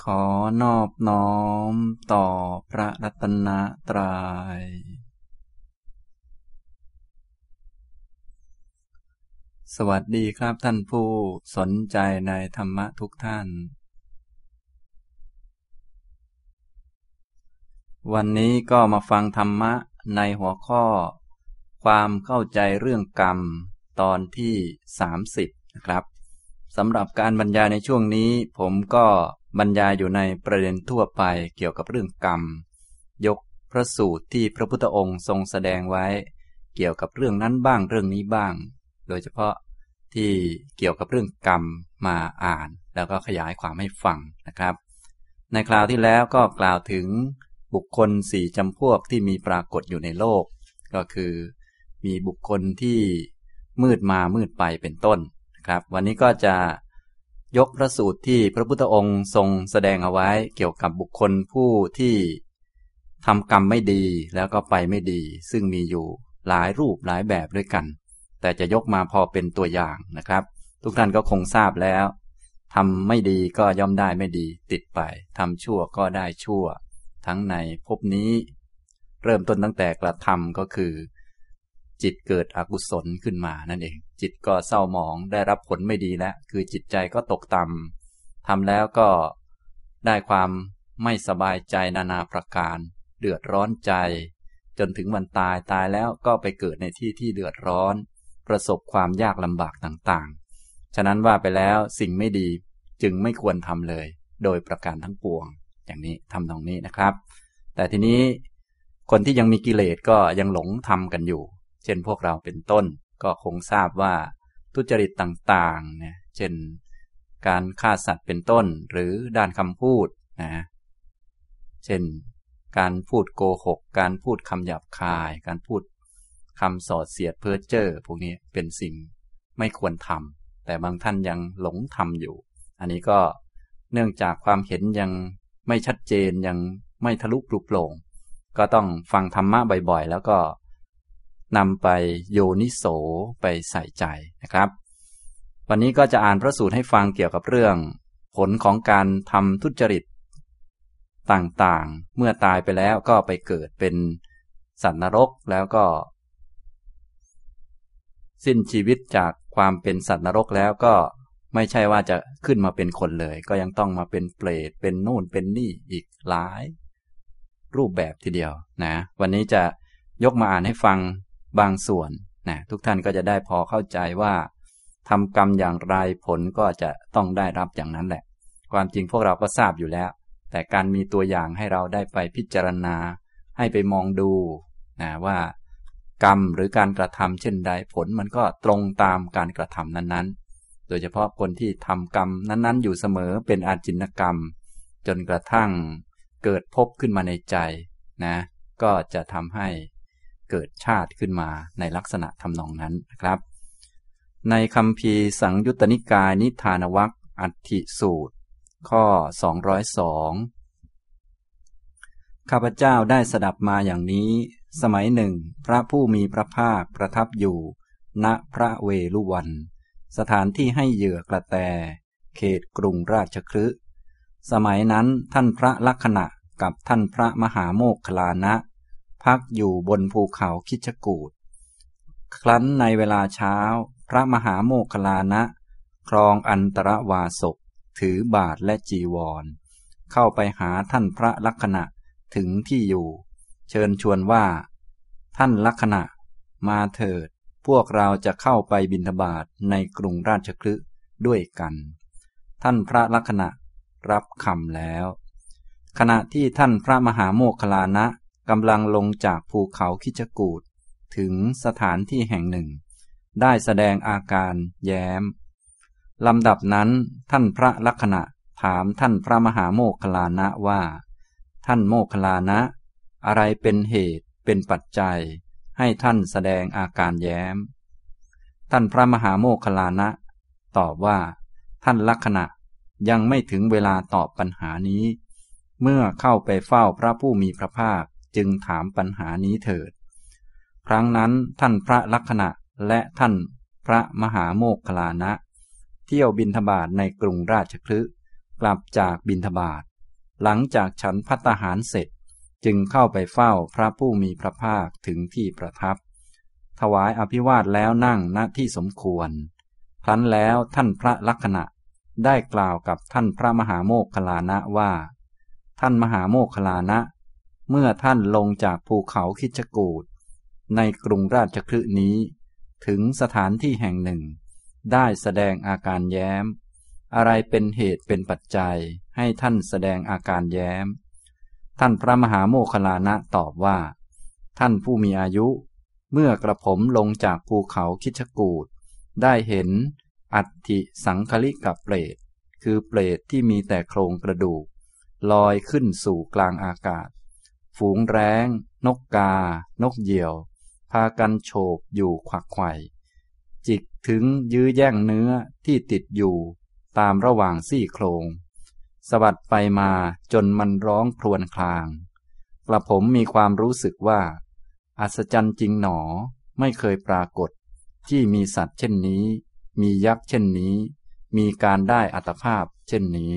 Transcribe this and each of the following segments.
ขอนอบน้อมต่อพระรัตนตรัยสวัสดีครับท่านผู้สนใจในธรรมะทุกท่านวันนี้ก็มาฟังธรรมะในหัวข้อความเข้าใจเรื่องกรรมตอนที่30นะครับสำหรับการบรรยายในช่วงนี้ผมก็บรรยายอยู่ในประเด็นทั่วไปเกี่ยวกับเรื่องกรรมยกพระสูตรที่พระพุทธองค์ทรงแสดงไว้เกี่ยวกับเรื่องนั้นบ้างเรื่องนี้บ้างโดยเฉพาะที่เกี่ยวกับเรื่องกรรมมาอ่านแล้วก็ขยายความให้ฟังนะครับในคราวที่แล้วก็กล่าวถึงบุคคล4จำพวกที่มีปรากฏอยู่ในโลกก็คือมีบุคคลที่มืดมามืดไปเป็นต้นนะครับวันนี้ก็จะยกพระสูตรที่พระพุทธองค์ทรงแสดงเอาไว้เกี่ยวกับบุคคลผู้ที่ทำกรรมไม่ดีแล้วก็ไปไม่ดีซึ่งมีอยู่หลายรูปหลายแบบด้วยกันแต่จะยกมาพอเป็นตัวอย่างนะครับทุกท่านก็คงทราบแล้วทำไม่ดีก็ย่อมได้ไม่ดีติดไปทำชั่วก็ได้ชั่วทั้งในภพนี้เริ่มต้นตั้งแต่กระทำก็คือจิตเกิดอกุศลขึ้นมานั่นเองจิตก็เศร้าหมองได้รับผลไม่ดีแล้วคือจิตใจก็ตกต่ำทำแล้วก็ได้ความไม่สบายใจนานาประการเดือดร้อนใจจนถึงวันตายแล้วก็ไปเกิดในที่ที่เดือดร้อนประสบความยากลำบากต่างๆฉะนั้นว่าไปแล้วสิ่งไม่ดีจึงไม่ควรทำเลยโดยประการทั้งปวงอย่างนี้ทำตรงนี้นะครับแต่ทีนี้คนที่ยังมีกิเลสก็ยังหลงทำกันอยู่เช่นพวกเราเป็นต้นก็คงทราบว่าทุจริตต่างๆเนี่ยเช่นการฆ่าสัตว์เป็นต้นหรือด้านคำพูดนะเช่นการพูดโกหกการพูดคำหยาบคายการพูดคำส่อเสียดเพ้อเจ้อพวกนี้เป็นสิ่งไม่ควรทำแต่บางท่านยังหลงทำอยู่อันนี้ก็เนื่องจากความเห็นยังไม่ชัดเจนยังไม่ทะลุปลุกโปร่งก็ต้องฟังธรรมะบ่อยๆแล้วก็นำไปโยนิโสไปใส่ใจนะครับวันนี้ก็จะอ่านพระสูตรให้ฟังเกี่ยวกับเรื่องผลของการทำทุจริตต่างๆเมื่อตายไปแล้วก็ไปเกิดเป็นสัตว์นรกแล้วก็สิ้นชีวิตจากความเป็นสัตว์นรกแล้วก็ไม่ใช่ว่าจะขึ้นมาเป็นคนเลยก็ยังต้องมาเป็นเปรตเป็นนู่นเป็นนี่อีกหลายรูปแบบทีเดียวนะวันนี้จะยกมาอ่านให้ฟังบางส่วนนะทุกท่านก็จะได้พอเข้าใจว่าทำกรรมอย่างไรผลก็จะต้องได้รับอย่างนั้นแหละความจริงพวกเราก็ทราบอยู่แล้วแต่การมีตัวอย่างให้เราได้ไปพิจารณาให้ไปมองดูนะว่ากรรมหรือการกระทำเช่นใดผลมันก็ตรงตามการกระทำนั้นๆโดยเฉพาะคนที่ทำกรรมนั้นๆอยู่เสมอเป็นอาจินกรรมจนกระทั่งเกิดภพขึ้นมาในใจนะก็จะทำให้เกิดชาติขึ้นมาในลักษณะทำนองนั้นนะครับในคัมภีร์สังยุตตนิกายนิทานวรรคอัตถิสูตรข้อ202ข้าพเจ้าได้สดับมาอย่างนี้สมัยหนึ่งพระผู้มีพระภาคประทับอยู่ณพระเวฬุวันสถานที่ให้เหยื่อกระแตเขตกรุงราชคฤห์สมัยนั้นท่านพระลักขณะกับท่านพระมหาโมคคัลลานะพักอยู่บนภูเขาคิชกูฏครั้นในเวลาเช้าพระมหาโมคคัลลานะครองอันตรวาสกถือบาทและจีวรเข้าไปหาท่านพระลักขณะถึงที่อยู่เชิญชวนว่าท่านลักขณะมาเถิดพวกเราจะเข้าไปบิณฑบาตในกรุงราชคฤห์ด้วยกันท่านพระลักขณะรับคำแล้วขณะที่ท่านพระมหาโมคคัลลานะกำลังลงจากภูเขาคิชกูฏถึงสถานที่แห่งหนึ่งได้แสดงอาการแย้มลำดับนั้นท่านพระลักขณะถามท่านพระมหาโมคคัลลานะว่าท่านโมคคัลลานะอะไรเป็นเหตุเป็นปัจจัยให้ท่านแสดงอาการแย้มท่านพระมหาโมคคัลลานะตอบว่าท่านลักขณะยังไม่ถึงเวลาตอบปัญหานี้เมื่อเข้าไปเฝ้าพระผู้มีพระภาคจึงถามปัญหานี้เถิดครั้งนั้นท่านพระลักขณะและท่านพระมหาโมคคัลลานะเที่ยวบิณฑบาตในกรุงราชคฤห์กลับจากบิณฑบาตหลังจากฉันภัตตาหารเสร็จจึงเข้าไปเฝ้าพระผู้มีพระภาคถึงที่ประทับถวายอภิวาทแล้วนั่งณที่สมควรครั้นแล้วท่านพระลักขณะได้กล่าวกับท่านพระมหาโมคคัลลานะว่าท่านมหาโมคคัลลานะเมื่อท่านลงจากภูเขาคิชกูฏในกรุงราชคฤห์นี้ถึงสถานที่แห่งหนึ่งได้แสดงอาการแย้มอะไรเป็นเหตุเป็นปัจจัยให้ท่านแสดงอาการแย้มท่านพระมหาโมคคัลลานะตอบว่าท่านผู้มีอายุเมื่อกระผมลงจากภูเขาคิชกูฏได้เห็นอัฐิสังคลิกเปรตคือเปรตที่มีแต่โครงกระดูกลอยขึ้นสู่กลางอากาศฝูงแร้งนกกานกเหยี่ยวพากันโฉบอยู่ขวักไขว่จิกถึงยื้อแย่งเนื้อที่ติดอยู่ตามระหว่างซี่โครงสะบัดไปมาจนมันร้องครวญครางกระผมมีความรู้สึกว่าอัศจรรย์จริงหนอไม่เคยปรากฏที่มีสัตว์เช่นนี้มียักษ์เช่นนี้มีการได้อัตภาพเช่นนี้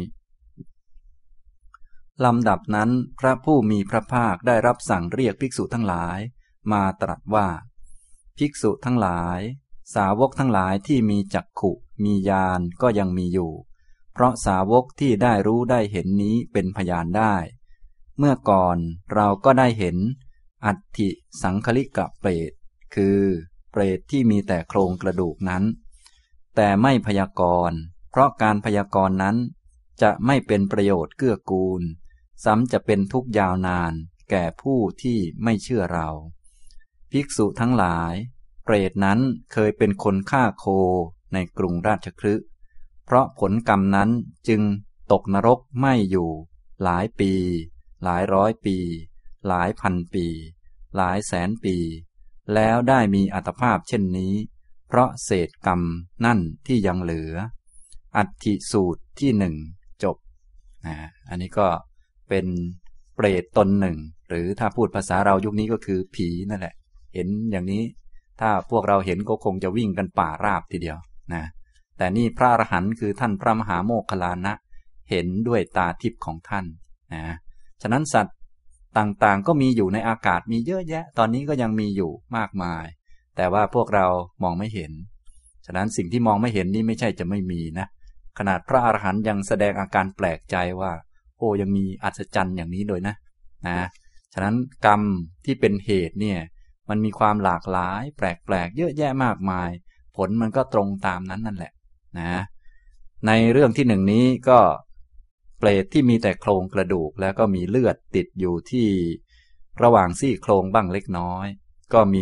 ลำดับนั้นพระผู้มีพระภาคได้รับสั่งเรียกภิกษุทั้งหลายมาตรัสว่าภิกษุทั้งหลายสาวกทั้งหลายที่มีจักขุมีญาณก็ยังมีอยู่เพราะสาวกที่ได้รู้ได้เห็นนี้เป็นพยานได้เมื่อก่อนเราก็ได้เห็นอัฐิสังคลิกเปรตคือเปรตที่มีแต่โครงกระดูกนั้นแต่ไม่พยากรณ์เพราะการพยากรณ์นั้นจะไม่เป็นประโยชน์เกื้อกูลซ้ำจะเป็นทุกข์ยาวนานแก่ผู้ที่ไม่เชื่อเราภิกษุทั้งหลายเปรตนั้นเคยเป็นคนฆ่าโคในกรุงราชคฤห์เพราะผลกรรมนั้นจึงตกนรกไหม้อยู่หลายปีหลายร้อยปีหลายพันปีหลายแสนปีแล้วได้มีอัตภาพเช่นนี้เพราะเศษกรรมนั่นที่ยังเหลืออัฐิสูตรที่หนึ่งจบอันนี้ก็เป็นเปรตตนหนึ่งหรือถ้าพูดภาษาเรายุคนี้ก็คือผีนั่นแหละเห็นอย่างนี้ถ้าพวกเราเห็นก็คงจะวิ่งกันป่าราบทีเดียวนะแต่นี่พระอรหันต์คือท่านพระมหาโมคคัลลานะเห็นด้วยตาทิพย์ของท่านนะฉะนั้นสัตว์ต่างๆก็มีอยู่ในอากาศมีเยอะแยะตอนนี้ก็ยังมีอยู่มากมายแต่ว่าพวกเรามองไม่เห็นฉะนั้นสิ่งที่มองไม่เห็นนี่ไม่ใช่จะไม่มีนะขนาดพระอรหันต์ยังแสดงอาการแปลกใจว่าโอ้ยังมีอัศจรรย์อย่างนี้ด้วยนะฉะนั้นกรรมที่เป็นเหตุเนี่ยมันมีความหลากหลายแปลกๆเยอะแยะมากมายผลมันก็ตรงตามนั้นนั่นแหละนะในเรื่องที่หนึ่งนี้ก็เปรตที่มีแต่โครงกระดูกแล้วก็มีเลือดติดอยู่ที่ระหว่างซี่โครงบ้างเล็กน้อยก็มี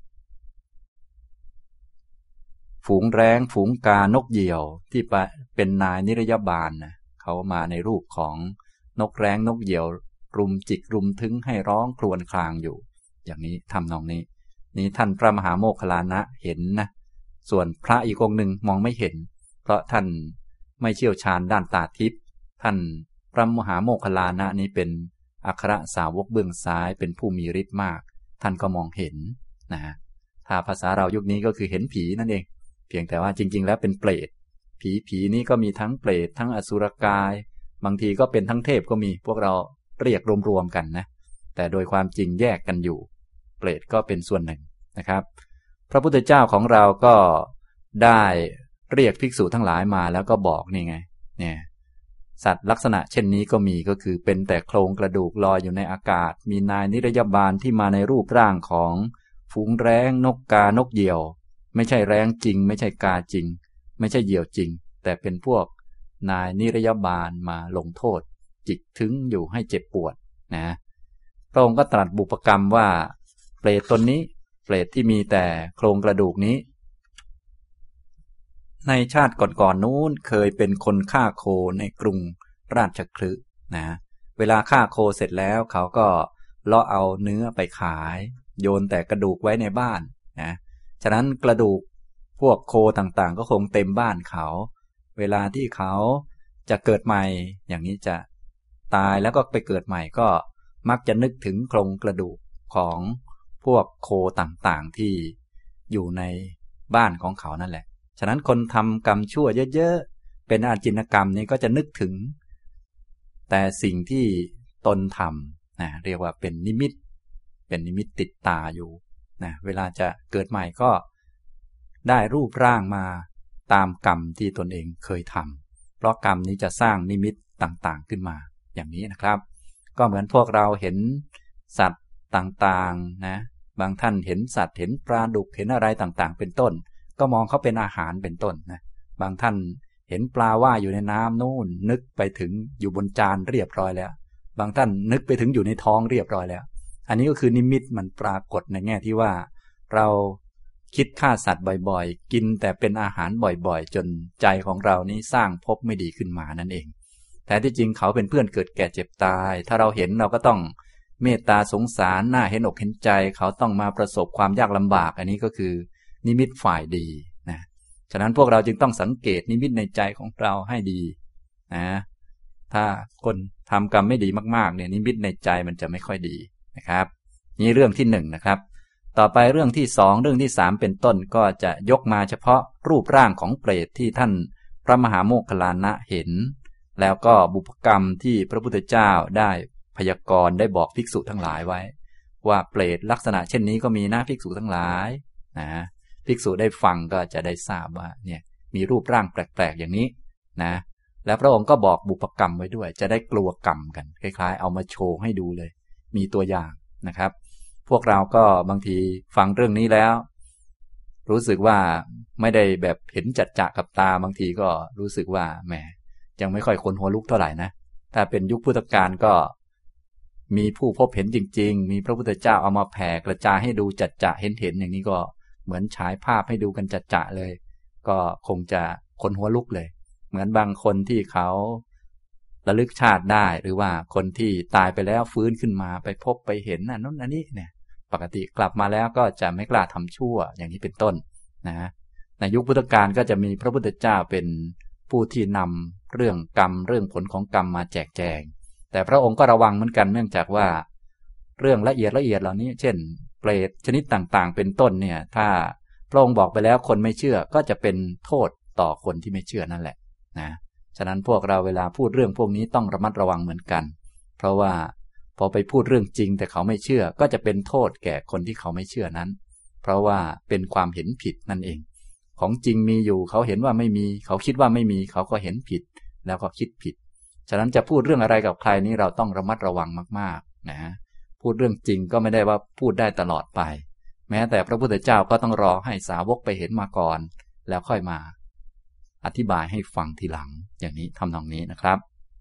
ฝูงแร้งฝูงกานกเหยี่ยวที่เป็นนายนิรยาบาลนะเขามาในรูปของนกแร้งนกเหยี่ยวรุมจิกรุมทึ้งให้ร้องครวญครางอยู่อย่างนี้ทำนองนี้นี่ท่านพระมหาโมคคัลลานะเห็นนะส่วนพระอีกองค์หนึ่งมองไม่เห็นเพราะท่านไม่เชี่ยวชาญด้านตาทิพย์ท่านพระมหาโมคคัลลานะนี้เป็นอัครสาวกเบื้องซ้ายเป็นผู้มีฤทธิ์มากท่านก็มองเห็นนะถ้าภาษาเรายุคนี้ก็คือเห็นผีนั่นเองเพียงแต่ว่าจริงๆแล้วเป็นเปรตผีนี้ก็มีทั้งเปรตทั้งอสุรกายบางทีก็เป็นทั้งเทพก็มีพวกเราเรียกรวมๆกันนะแต่โดยความจริงแยกกันอยู่เปรตก็เป็นส่วนหนึ่งนะครับพระพุทธเจ้าของเราก็ได้เรียกภิกษุทั้งหลายมาแล้วก็บอกนี่ไงเนี่ยสัตว์ลักษณะเช่นนี้ก็มีก็คือเป็นแต่โครงกระดูกลอยอยู่ในอากาศมีนายนิรยาบาลที่มาในรูปร่างของฝูงแร้งนกกานกเหยี่ยวไม่ใช่แร้งจริงไม่ใช่กาจริงไม่ใช่เหยี่ยวจริงแต่เป็นพวกนายนิรยาบาลมาลงโทษจิกถึงอยู่ให้เจ็บปวดนะพระองค์ก็ตรัสบุพกรรมว่าเปรตตนนี้เปรตที่มีแต่โครงกระดูกนี้ในชาติก่อนๆนู้นเคยเป็นคนฆ่าโคในกรุงราชคฤห์นะเวลาฆ่าโคเสร็จแล้วเขาก็เลาะเอาเนื้อไปขายโยนแต่กระดูกไว้ในบ้านนะฉะนั้นกระดูกพวกโคต่างๆก็คงเต็มบ้านเขาเวลาที่เขาจะเกิดใหม่อย่างนี้จะตายแล้วก็ไปเกิดใหม่ก็มักจะนึกถึงโครงกระดูกของพวกโคต่างๆที่อยู่ในบ้านของเขานั่นแหละฉะนั้นคนทำกรรมชั่วเยอะๆเป็นอาจินกรรมนี้ก็จะนึกถึงแต่สิ่งที่ตนทำนะเรียกว่าเป็นนิมิตติดตาอยู่นะเวลาจะเกิดใหม่ก็ได้รูปร่างมาตามกรรมที่ตนเองเคยทำเพราะกรรมนี้จะสร้างนิมิตต่างๆขึ้นมาอย่างนี้นะครับก็เหมือนพวกเราเห็นสัตว์ต่างๆนะบางท่านเห็นสัตว์เห็นปลาดุกเห็นอะไรต่างๆเป็นต้นก็มองเขาเป็นอาหารเป็นต้นนะบางท่านเห็นปลาว่ายอยู่ในน้ำนู่นนึกไปถึงอยู่บนจานเรียบร้อยแล้วบางท่านนึกไปถึงอยู่ในท้องเรียบร้อยแล้วอันนี้ก็คือนิมิตมันปรากฏในแง่ที่ว่าเราคิดฆ่าสัตว์บ่อยๆกินแต่เป็นอาหารบ่อยๆจนใจของเรานี้สร้างภพไม่ดีขึ้นมานั่นเองแต่ที่จริงเขาเป็นเพื่อนเกิดแก่เจ็บตายถ้าเราเห็นเราก็ต้องเมตตาสงสารน่าเห็นอกเห็นใจเขาต้องมาประสบความยากลำบากอันนี้ก็คือนิมิตฝ่ายดีนะฉะนั้นพวกเราจึงต้องสังเกตนิมิตในใจของเราให้ดีนะถ้าคนทำกรรมไม่ดีมากๆเนี่ยนิมิตในใจมันจะไม่ค่อยดีนะครับนี่เรื่องที่หนึ่งนะครับต่อไปเรื่องที่สองเรื่องที่สามเป็นต้นก็จะยกมาเฉพาะรูปร่างของเปรตที่ท่านพระมหาโมคคัลลานะเห็นแล้วก็บุพกรรมที่พระพุทธเจ้าได้พยากรณ์ได้บอกภิกษุทั้งหลายไว้ว่าเปรตลักษณะเช่นนี้ก็มีนะภิกษุทั้งหลายนะภิกษุได้ฟังก็จะได้ทราบว่าเนี่ยมีรูปร่างแปลกๆอย่างนี้นะแล้วพระองค์ก็บอกบุพกรรมไว้ด้วยจะได้กลัวกรรมกันคล้ายๆเอามาโชว์ให้ดูเลยมีตัวอย่างนะครับพวกเราก็บางทีฟังเรื่องนี้แล้วรู้สึกว่าไม่ได้แบบเห็นจัดจะกับตาบางทีก็รู้สึกว่าแหมยังไม่ค่อยขนหัวลุกเท่าไหร่นะถ้าเป็นยุคพุทธกาลก็มีผู้พบเห็นจริงๆมีพระพุทธเจ้าเอามาแผ่กระจายให้ดูจัดจะเห็นอย่างนี้ก็เหมือนฉายภาพให้ดูกันจัดจะเลยก็คงจะขนหัวลุกเลยเหมือนบางคนที่เขาระลึกชาติได้หรือว่าคนที่ตายไปแล้วฟื้นขึ้นมาไปพบไปเห็นนั่นนั่นนี่เนี่ยปกติกลับมาแล้วก็จะไม่กล้าทำชั่วอย่างนี้เป็นต้นนะในยุคพุทธกาลก็จะมีพระพุทธเจ้าเป็นผู้ที่นำเรื่องกรรมเรื่องผลของกรรมมาแจกแจงแต่พระองค์ก็ระวังเหมือนกันเนื่องจากว่าเรื่องละเอียดเหล่านี้เช่นเปรตชนิดต่างๆเป็นต้นเนี่ยถ้าพระองค์บอกไปแล้วคนไม่เชื่อก็จะเป็นโทษต่อคนที่ไม่เชื่อนั่นแหละนะฉะนั้นพวกเราเวลาพูดเรื่องพวกนี้ต้องระมัดระวังเหมือนกันเพราะว่าพอไปพูดเรื่องจริงแต่เขาไม่เชื่อก็จะเป็นโทษแก่คนที่เขาไม่เชื่อนั้นเพราะว่าเป็นความเห็นผิดนั่นเองของจริงมีอยู่เขาเห็นว่าไม่มีเขาคิดว่าไม่มีเขาก็เห็นผิดแล้วก็คิดผิดฉะนั้นจะพูดเรื่องอะไรกับใครนี้เราต้องระมัดระวังมากๆนะพูดเรื่องจริงก็ไม่ได้ว่าพูดได้ตลอดไปแม้แต่พระพุทธเจ้าก็ต้องรอให้สาวกไปเห็นมาก่อนแล้วค่อยมาอธิบายให้ฟังทีหลังอย่างนี้ทำนองนี้นะครับ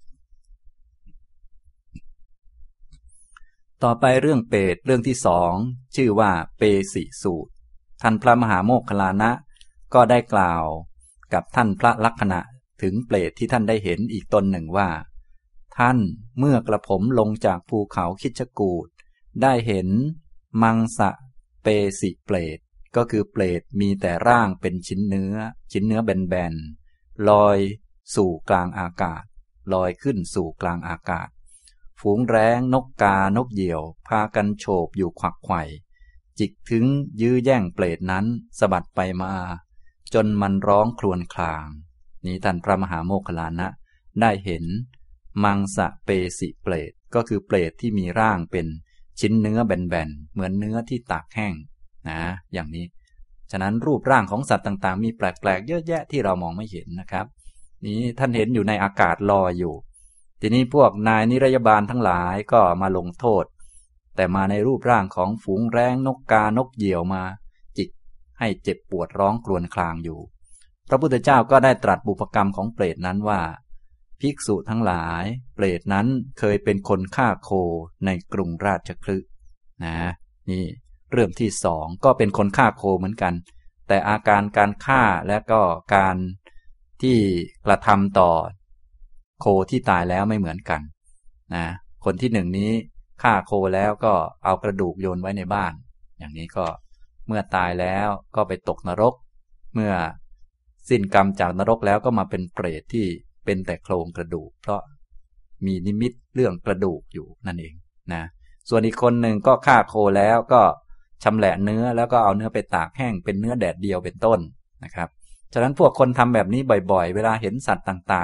ต่อไปเรื่องเปรตเรื่องที่สองชื่อว่าเปสิสูตรท่านพระมหาโมคคัลลานะก็ได้กล่าวกับท่านพระลักขณะถึงเปรตที่ท่านได้เห็นอีกตนหนึ่งว่าท่านเมื่อกระผมลงจากภูเขาคิชกูฏได้เห็นมังสะเปสิเปรตก็คือเปรตมีแต่ร่างเป็นชิ้นเนื้อแบนๆลอยสู่กลางอากาศลอยขึ้นสู่กลางอากาศฝูงแร้งนกกานกเหยี่ยวพากันโฉบอยู่ขวักไขว่จิกถึงยื้อแย่งเปรตนั้นสะบัดไปมาจนมันร้องครวญครางนี้ท่านพระมหาโมคคัลลานะได้เห็นมังสะเปสิเปรตก็คือเปรตที่มีร่างเป็นชิ้นเนื้อแบนๆเหมือนเนื้อที่ตากแห้งนะอย่างนี้ฉะนั้นรูปร่างของสัตว์ต่างๆมีแปลกๆเยอะแยะที่เรามองไม่เห็นนะครับนี้ท่านเห็นอยู่ในอากาศลอยอยู่ทีนี้พวกนายนิรยบาลทั้งหลายก็มาลงโทษแต่มาในรูปร่างของฝูงแร้งนกกานกเหยี่ยวมาจิกให้เจ็บปวดร้องครวญครางอยู่พระพุทธเจ้าก็ได้ตรัสบุพกรรมของเปรตนั้นว่าภิกษุทั้งหลายเปรตนั้นเคยเป็นคนฆ่าโคในกรุงราชคฤห์นะนี่เรื่องที่สองก็เป็นคนฆ่าโคเหมือนกันแต่อาการการฆ่าและก็การที่กระทำต่อโคที่ตายแล้วไม่เหมือนกันนะคนที่หนึ่งนี้ฆ่าโคแล้วก็เอากระดูกโยนไว้ในบ้านอย่างนี้ก็เมื่อตายแล้วก็ไปตกนรกเมื่อสิ้นกรรมจากนรกแล้วก็มาเป็นเปรตที่เป็นแต่โครงกระดูกเพราะมีนิมิตเรื่องกระดูกอยู่นั่นเองนะส่วนอีกคนหนึ่งก็ฆ่าโคแล้วก็ชำแหละเนื้อแล้วก็เอาเนื้อไปตากแห้งเป็นเนื้อแดดเดียวเป็นต้นนะครับฉะนั้นพวกคนทำแบบนี้บ่อยๆเวลาเห็นสัตว์ต่าง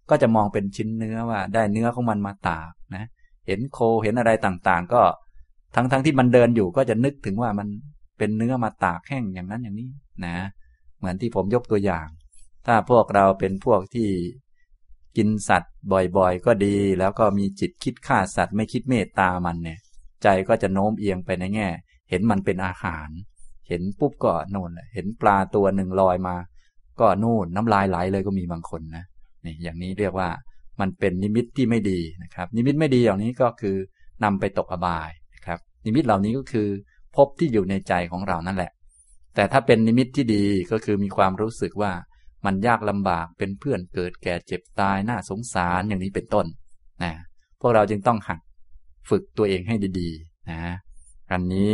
ก็จะมองเป็นชิ้นเนื้อว่าได้เนื้อของมันมาตากนะเห็นโคเห็นอะไรต่างๆก็ทั้งที่มันเดินอยู่ก็จะนึกถึงว่ามันเป็นเนื้อมาตากแห้งอย่างนั้นอย่างนี้นะเหมือนที่ผมยกตัวอย่างถ้าพวกเราเป็นพวกที่กินสัตว์บ่อยๆก็ดีแล้วก็มีจิตคิดฆ่าสัตว์ไม่คิดเมตตามันเนี่ยใจก็จะโน้มเอียงไปในแง่เห็นมันเป็นอาหารเห็นปุ๊บก็โน่นแหละเห็นปลาตัวหนึ่งลอยมาก็นู่นน้ำลายไหลเลยก็มีบางคนนะนี่อย่างนี้เรียกว่ามันเป็นนิมิตที่ไม่ดีนะครับนิมิตไม่ดีอย่างนี้ก็คือนำไปตกอบายนะครับนิมิตเหล่านี้ก็คือภพที่อยู่ในใจของเรานั่นแหละแต่ถ้าเป็นนิมิตที่ดีก็คือมีความรู้สึกว่ามันยากลำบากเป็นเพื่อนเกิดแก่เจ็บตายน่าสงสารอย่างนี้เป็นต้นนะพวกเราจึงต้องหัดฝึกตัวเองให้ดีๆนะอันนี้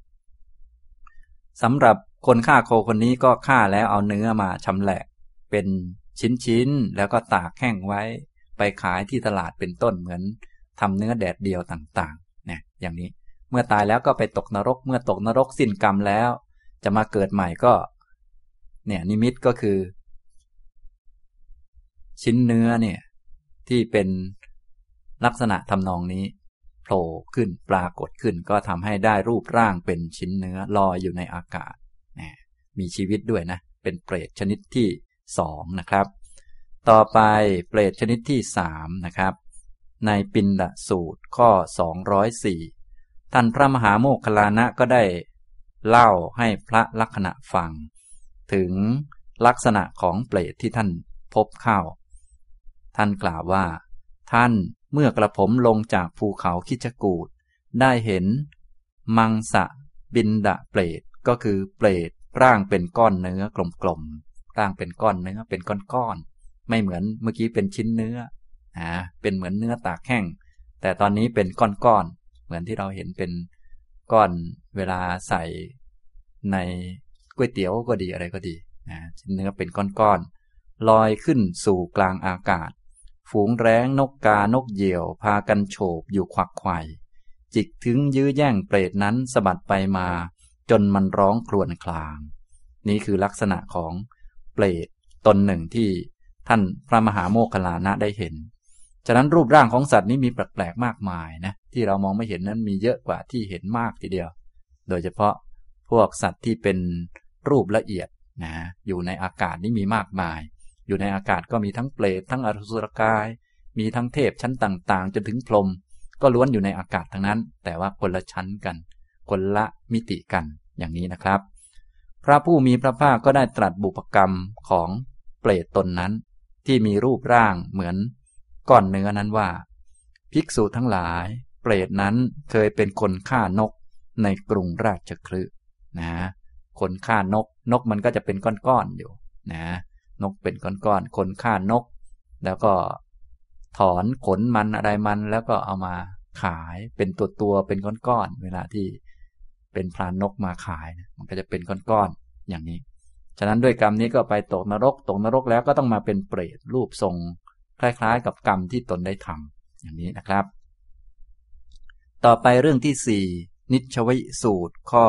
สำหรับคนฆ่าโคคนนี้ก็ฆ่าแล้วเอาเนื้อมาชำแหละเป็นชิ้นๆแล้วก็ตากแห้งไว้ไปขายที่ตลาดเป็นต้นเหมือนทำเนื้อแดดเดียวต่างๆเนี่ยอย่างนี้เมื่อตายแล้วก็ไปตกนรกเมื่อตกนรกสิ้นกรรมแล้วจะมาเกิดใหม่ก็เนี่ยนิมิตก็คือชิ้นเนื้อเนี่ยที่เป็นลักษณะทำนองนี้โผล่ขึ้นปรากฏขึ้นก็ทำให้ได้รูปร่างเป็นชิ้นเนื้อลอยอยู่ในอากาศมีชีวิตด้วยนะเป็นเปรตชนิดที่2นะครับต่อไปเปรตชนิดที่3นะครับในปิณฑสูตรข้อ204ท่านพระมหาโมคคัลลานะก็ได้เล่าให้พระลักขณะฟังถึงลักษณะของเปรตที่ท่านพบเข้าท่านกล่าวว่าท่านเมื่อกระผมลงจากภูเขาคิชกูฏได้เห็นมังสะบิณฑเปรตก็คือเปรตร่างเป็นก้อนเนื้อกลมๆร่างเป็นก้อนเนื้อเป็นก้อนๆไม่เหมือนเมื่อกี้เป็นชิ้นเนื้อเป็นเหมือนเนื้อตากแห้งแต่ตอนนี้เป็นก้อนๆเหมือนที่เราเห็นเป็นก้อนเวลาใส่ในก๋วยเตี๋ยวก็ดีอะไรก็ดีชิ้นเนื้อเป็นก้อนๆลอยขึ้นสู่กลางอากาศฝูงแร้งนกกานกเหยี่ยวพากันโฉบอยู่ควักไขว่จิกถึงยื้อแย่งเปรตนั้นสะบัดไปมาจนมันร้องครวญครางนี่คือลักษณะของเปรตตนหนึ่งที่ท่านพระมหาโมคคัลลานะได้เห็นฉะนั้นรูปร่างของสัตว์นี้มีแปลกๆมากมายนะที่เรามองไม่เห็นนั้นมีเยอะกว่าที่เห็นมากทีเดียวโดยเฉพาะพวกสัตว์ที่เป็นรูปละเอียดนะอยู่ในอากาศนี่มีมากมายอยู่ในอากาศก็มีทั้งเปรตทั้งอสุรกายมีทั้งเทพชั้นต่างๆจนถึงพรหมก็ล้วนอยู่ในอากาศทั้งนั้นแต่ว่าคนละชั้นกันคนละมิติกันอย่างนี้นะครับพระผู้มีพระภาคก็ได้ตรัสบุพกรรมของเปรตตนนั้นที่มีรูปร่างเหมือนก้อนเนื้อนั้นว่าภิกษุทั้งหลายเปรตนั้นเคยเป็นคนฆ่านกในกรุงราชคฤห์นะคนฆ่านกมันก็จะเป็นก้อนๆอยู่นะนกเป็นก้อนๆคนฆ่านกแล้วก็ถอนขนมันอะไรมันแล้วก็เอามาขายเป็นตัวเป็นก้อนๆเวลาที่เป็นพรานนกมาขายนะมันก็จะเป็นก้อนๆอย่างนี้ฉะนั้นด้วยกรรมนี้ก็ไปตกนรกแล้วก็ต้องมาเป็นเปรตรูปทรงคล้ายๆกับกรรมที่ตนได้ทำอย่างนี้นะครับต่อไปเรื่องที่4นิชวิสูตรข้อ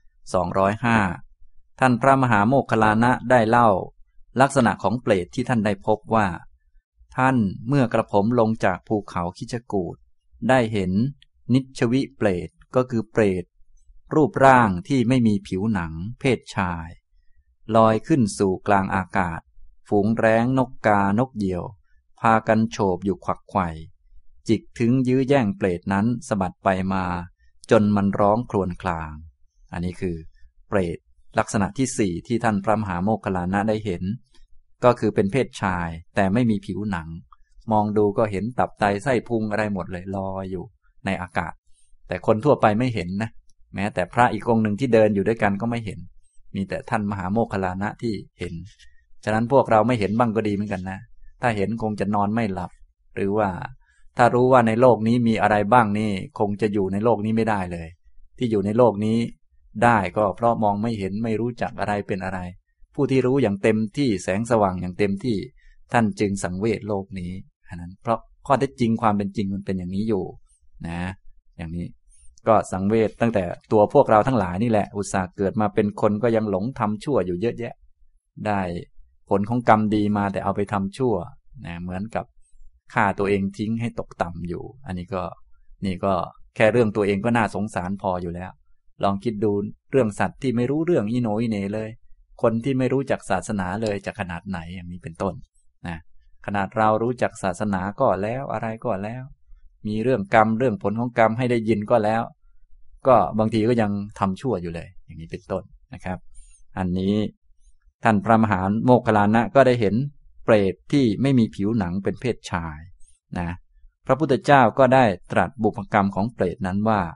205ท่านพระมหาโมคคัลลานะได้เล่าลักษณะของเปรตที่ท่านได้พบว่าท่านเมื่อกระผมลงจากภูเขาคิชกูฏได้เห็นนิชวิเปรตก็คือเปรตรูปร่างที่ไม่มีผิวหนังเพศชายลอยขึ้นสู่กลางอากาศฝูงแร้งนกกานกเหยี่ยวพากันโฉบอยู่ควักไขว่จิกถึงยื้อแย่งเปรตนั้นสะบัดไปมาจนมันร้องครวญครางอันนี้คือเปรตลักษณะที่4ที่ท่านพระมหาโมคคัลลานะได้เห็นก็คือเป็นเพศชายแต่ไม่มีผิวหนังมองดูก็เห็นตับไตไส้พุงอะไรหมดเลยลอยอยู่ในอากาศแต่คนทั่วไปไม่เห็นนะแม้แต่พระอีกองค์หนึ่งที่เดินอยู่ด้วยกันก็ไม่เห็นมีแต่ท่านมหาโมคคัลลานะที่เห็นฉะนั้นพวกเราไม่เห็นบ้างก็ดีเหมือนกันนะถ้าเห็นคงจะนอนไม่หลับหรือว่าถ้ารู้ว่าในโลกนี้มีอะไรบ้างนี่คงจะอยู่ในโลกนี้ไม่ได้เลยที่อยู่ในโลกนี้ได้ก็เพราะมองไม่เห็นไม่รู้จักอะไรเป็นอะไรผู้ที่รู้อย่างเต็มที่แสงสว่างอย่างเต็มที่ท่านจึงสังเวชโลกนี้อันนั้นเพราะข้อเท็จจริงความเป็นจริงมันเป็นอย่างนี้อยู่นะอย่างนี้ก็สังเวชตั้งแต่ตัวพวกเราทั้งหลายนี่แหละอุตส่าห์เกิดมาเป็นคนก็ยังหลงทำชั่วอยู่เยอะแยะได้ผลของกรรมดีมาแต่เอาไปทำชั่วนะเหมือนกับฆ่าตัวเองทิ้งให้ตกต่ำอยู่อันนี้ก็แค่เรื่องตัวเองก็น่าสงสารพออยู่แล้วลองคิดดูเรื่องสัตว์ที่ไม่รู้เรื่องอีโหนอีเหน่เลยคนที่ไม่รู้จักศาสนาเลยจะขนาดไหนอย่างนี้เป็นต้นนะขนาดเรารู้จักศาสนาก็แล้วอะไรก็แล้วมีเรื่องกรรมเรื่องผลของกรรมให้ได้ยินก็แล้วก็บางทีก็ยังทำชั่วอยู่เลยอย่างนี้เป็นต้นนะครับอันนี้ท่านพระมหาโมคคัลลานะก็ได้เห็นเปรตที่ไม่มีผิวหนังเป็นเพศชายนะพระพุทธเจ้าก็ได้ตรัสบุพกรรมของเปรตนั้นว่า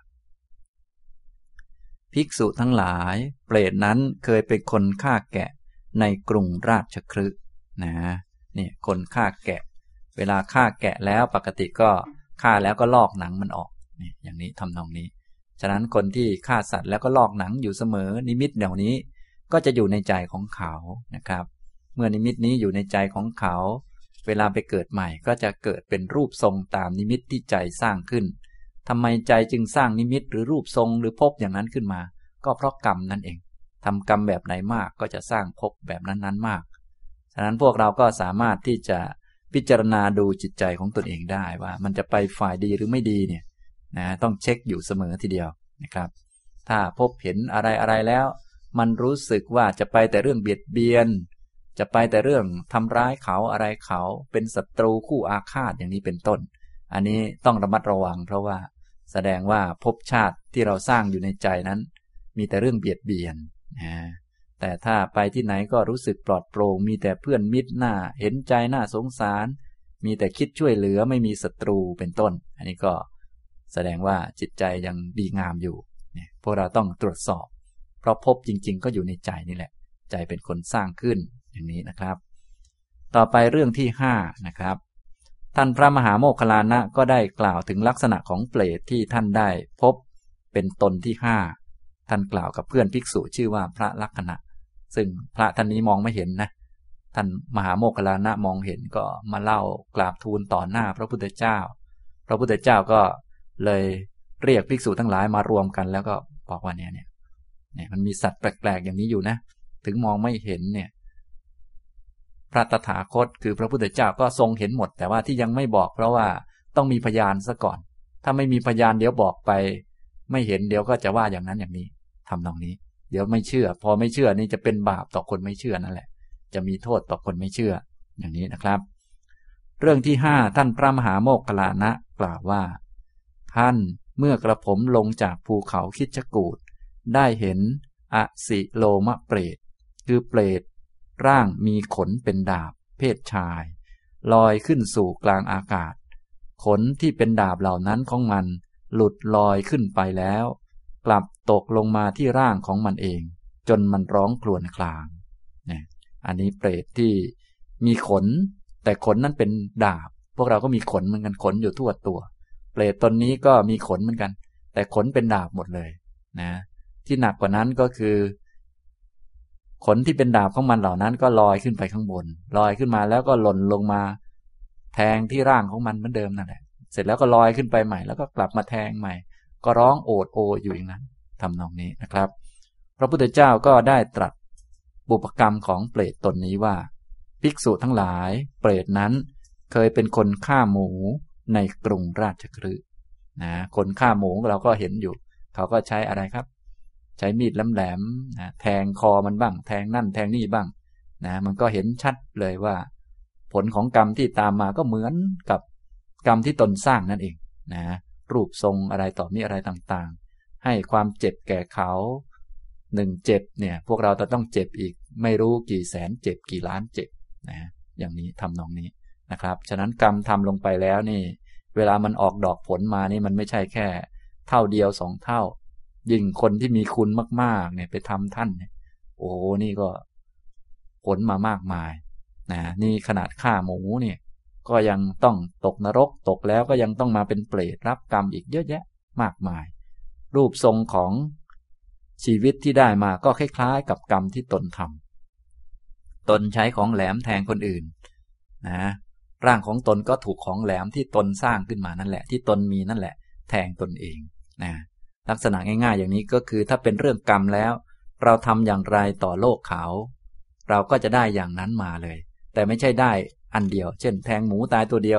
ภิกษุทั้งหลายเปรตนั้นเคยเป็นคนฆ่าแกะในกรุงราชคฤห์นะนี่คนฆ่าแกะเวลาฆ่าแกะแล้วปกติก็ฆ่าแล้วก็ลอกหนังมันออกนี่อย่างนี้ทำนองนี้ฉะนั้นคนที่ฆ่าสัตว์แล้วก็ลอกหนังอยู่เสมอนิมิตเหล่านี้ก็จะอยู่ในใจของเขานะครับเมื่อนิมิตนี้อยู่ในใจของเขาเวลาไปเกิดใหม่ก็จะเกิดเป็นรูปทรงตามนิมิตที่ใจสร้างขึ้นทำไมใจจึงสร้างนิมิตหรือรูปทรงหรือภพอย่างนั้นขึ้นมาก็เพราะกรรมนั่นเองทำกรรมแบบไหนมากก็จะสร้างภพแบบนั้นๆมากฉะนั้นพวกเราก็สามารถที่จะพิจารณาดูจิตใจของตนเองได้ว่ามันจะไปฝ่ายดีหรือไม่ดีเนี่ยนะต้องเช็คอยู่เสมอทีเดียวนะครับถ้าพบเห็นอะไรแล้วมันรู้สึกว่าจะไปแต่เรื่องเบียดเบียนจะไปแต่เรื่องทำร้ายเขาอะไรเขาเป็นศัตรูคู่อาฆาตอย่างนี้เป็นต้นอันนี้ต้องระมัดระวังเพราะว่าแสดงว่าภพชาติที่เราสร้างอยู่ในใจนั้นมีแต่เรื่องเบียดเบียนแต่ถ้าไปที่ไหนก็รู้สึกปลอดโปร่งมีแต่เพื่อนมิตรน่าเห็นใจน่าสงสารมีแต่คิดช่วยเหลือไม่มีศัตรูเป็นต้นอันนี้ก็แสดงว่าจิตใจยังดีงามอยู่พวกเราต้องตรวจสอบเพราะภพจริงๆก็อยู่ในใจนี่แหละใจเป็นคนสร้างขึ้นอย่างนี้นะครับต่อไปเรื่องที่5นะครับท่านพระมหาโมคคัลลานะก็ได้กล่าวถึงลักษณะของเปรตที่ท่านได้พบเป็นตนที่5ท่านกล่าวกับเพื่อนภิกษุชื่อว่าพระลักขณะซึ่งพระท่านนี้มองไม่เห็นนะท่านมหาโมคคัลลานะมองเห็นก็มาเล่ากราบทูลต่อหน้าพระพุทธเจ้าพระพุทธเจ้าก็เลยเรียกภิกษุทั้งหลายมารวมกันแล้วก็บอกว่าเนี่ยมันมีสัตว์แปลกๆอย่างนี้อยู่นะถึงมองไม่เห็นเนี่ยพระตถาคตคือพระพุทธเจ้าก็ทรงเห็นหมดแต่ว่าที่ยังไม่บอกเพราะว่าต้องมีพยานซะก่อนถ้าไม่มีพยานเดี๋ยวบอกไปไม่เห็นเดี๋ยวก็จะว่าอย่างนั้นอย่างนี้ทำตรงนี้เดี๋ยวไม่เชื่อพอไม่เชื่อนี่จะเป็นบาปต่อคนไม่เชื่อนั่นแหละจะมีโทษต่อคนไม่เชื่ออย่างนี้นะครับเรื่องที่5ท่านพระมหาโมคคัลลานะกล่าวว่าท่านเมื่อกระผมลงจากภูเขาคิชกูฏได้เห็นอสิโลมะเปรตคือเปรตร่างมีขนเป็นดาบเพศชายลอยขึ้นสู่กลางอากาศขนที่เป็นดาบเหล่านั้นของมันหลุดลอยขึ้นไปแล้วกลับตกลงมาที่ร่างของมันเองจนมันร้องครวญครางเนี่ยอันนี้เปรตที่มีขนแต่ขนนั้นเป็นดาบพวกเราก็มีขนเหมือนกันขนอยู่ทั่วตัวเปรตตนนี้ก็มีขนเหมือนกันแต่ขนเป็นดาบหมดเลยนะที่หนักกว่านั้นก็คือขนที่เป็นดาบของมันเหล่านั้นก็ลอยขึ้นไปข้างบนลอยขึ้นมาแล้วก็หล่นลงมาแทงที่ร่างของมันเหมือนเดิมนั่นแหละเสร็จแล้วก็ลอยขึ้นไปใหม่แล้วก็กลับมาแทงใหม่ก็ร้องโอดโออยู่อย่างนั้นทำนองนี้นะครับพระพุทธเจ้าก็ได้ตรัสบุพกรรมของเปรตตนนี้ว่าภิกษุทั้งหลายเปรตนั้นเคยเป็นคนฆ่าหมูในกรุงราชคฤห์นะคนฆ่าหมูเราก็เห็นอยู่เขาก็ใช้อะไรครับใช้มีดแหลมๆนะแทงคอมันบ้างแทงนั่นแทงนี่บ้างนะมันก็เห็นชัดเลยว่าผลของกรรมที่ตามมาก็เหมือนกับกรรมที่ตนสร้างนั่นเองนะรูปทรงอะไรต่อมีอะไรต่างๆให้ความเจ็บแก่เขา1เจ็บเนี่ยพวกเราจะต้องเจ็บอีกไม่รู้กี่แสนเจ็บกี่ล้านเจ็บนะอย่างนี้ทำนองนี้นะครับฉะนั้นกรรมทำลงไปแล้วนี่เวลามันออกดอกผลมานี่มันไม่ใช่แค่เท่าเดียว2เท่ายิ่งคนที่มีคุณมากๆเนี่ยไปทำท่านเนี่ยโอ้นี่ก็ผลมามากมายนะนี่ขนาดฆ่าหมูเนี่ยก็ยังต้องตกนรกตกแล้วก็ยังต้องมาเป็นเปรตรับกรรมอีกเยอะแยะมากมายรูปทรงของชีวิตที่ได้มาก็คล้ายๆกับกรรมที่ตนทำตนใช้ของแหลมแทงคนอื่นนะร่างของตนก็ถูกของแหลมที่ตนสร้างขึ้นมานั่นแหละที่ตนมีนั่นแหละแทงตนเองนะลักษณะง่ายๆอย่างนี้ก็คือถ้าเป็นเรื่องกรรมแล้วเราทำอย่างไรต่อโลกเขาเราก็จะได้อย่างนั้นมาเลยแต่ไม่ใช่ได้อันเดียวเช่นแทงหมูตายตัวเดียว